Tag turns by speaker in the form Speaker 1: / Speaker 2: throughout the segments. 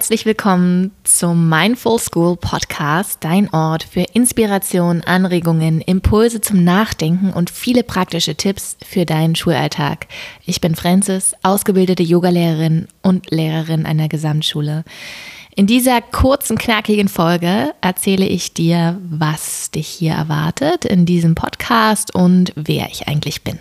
Speaker 1: herzlich willkommen zum Mindful School Podcast, dein Ort für Inspiration, Anregungen, Impulse zum Nachdenken und viele praktische Tipps für deinen Schulalltag. Ich bin Frances, ausgebildete Yogalehrerin und Lehrerin einer Gesamtschule. In dieser kurzen, knackigen Folge erzähle ich dir, was dich hier erwartet in diesem Podcast und wer ich eigentlich bin.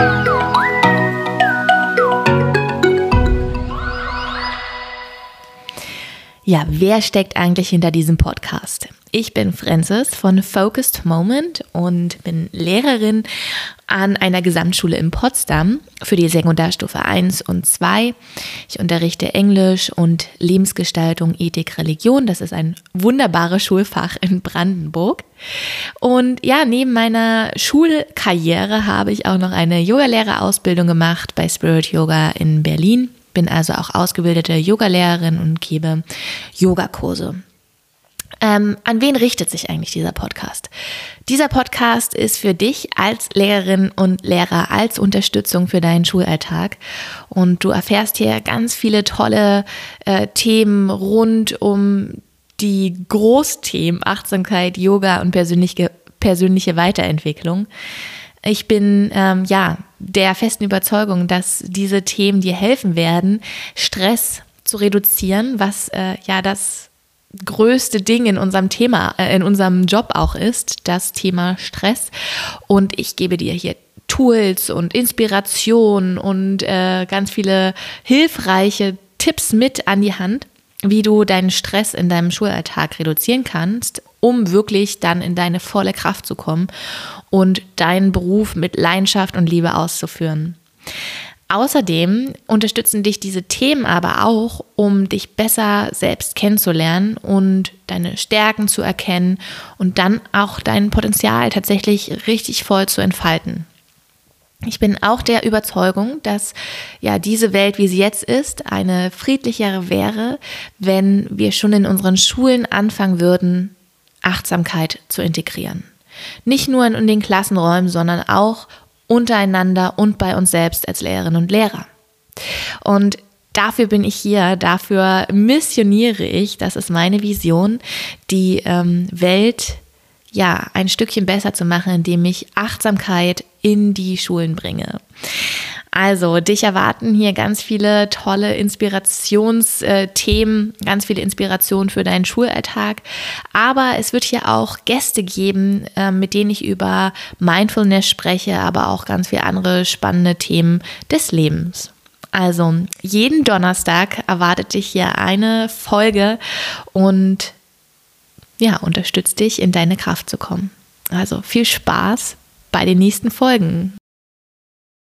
Speaker 1: Ja, wer steckt eigentlich hinter diesem Podcast? Ich bin Frances von Focused Moment und bin Lehrerin an einer Gesamtschule in Potsdam für die Sekundarstufe 1 und 2. Ich unterrichte Englisch und Lebensgestaltung, Ethik, Religion. Das ist ein wunderbares Schulfach in Brandenburg. Und ja, neben meiner Schulkarriere habe ich auch noch eine Yogalehrerausbildung gemacht bei Spirit Yoga in Berlin. Bin also auch ausgebildete Yogalehrerin und gebe Yogakurse. An wen richtet sich eigentlich dieser Podcast? Dieser Podcast ist für dich als Lehrerin und Lehrer, als Unterstützung für deinen Schulalltag. Und du erfährst hier ganz viele tolle Themen rund um die Großthemen Achtsamkeit, Yoga und persönliche Weiterentwicklung. Ich bin der festen Überzeugung, dass diese Themen dir helfen werden, Stress zu reduzieren, was das größte Ding in unserem Job auch ist, das Thema Stress. Und ich gebe dir hier Tools und Inspiration und ganz viele hilfreiche Tipps mit an die Hand, wie du deinen Stress in deinem Schulalltag reduzieren kannst, um wirklich dann in deine volle Kraft zu kommen und deinen Beruf mit Leidenschaft und Liebe auszuführen. Außerdem unterstützen dich diese Themen aber auch, um dich besser selbst kennenzulernen und deine Stärken zu erkennen und dann auch dein Potenzial tatsächlich richtig voll zu entfalten. Ich bin auch der Überzeugung, dass diese Welt, wie sie jetzt ist, eine friedlichere wäre, wenn wir schon in unseren Schulen anfangen würden, Achtsamkeit zu integrieren. Nicht nur in den Klassenräumen, sondern auch untereinander und bei uns selbst als Lehrerinnen und Lehrer. Und dafür bin ich hier, dafür missioniere ich, das ist meine Vision, die Welt ein Stückchen besser zu machen, indem ich Achtsamkeit in die Schulen bringe. Also, dich erwarten hier ganz viele tolle Inspirationsthemen, ganz viele Inspirationen für deinen Schulalltag. Aber es wird hier auch Gäste geben, mit denen ich über Mindfulness spreche, aber auch ganz viele andere spannende Themen des Lebens. Also, jeden Donnerstag erwartet dich hier eine Folge und unterstützt dich, in deine Kraft zu kommen. Also, viel Spaß bei den nächsten Folgen.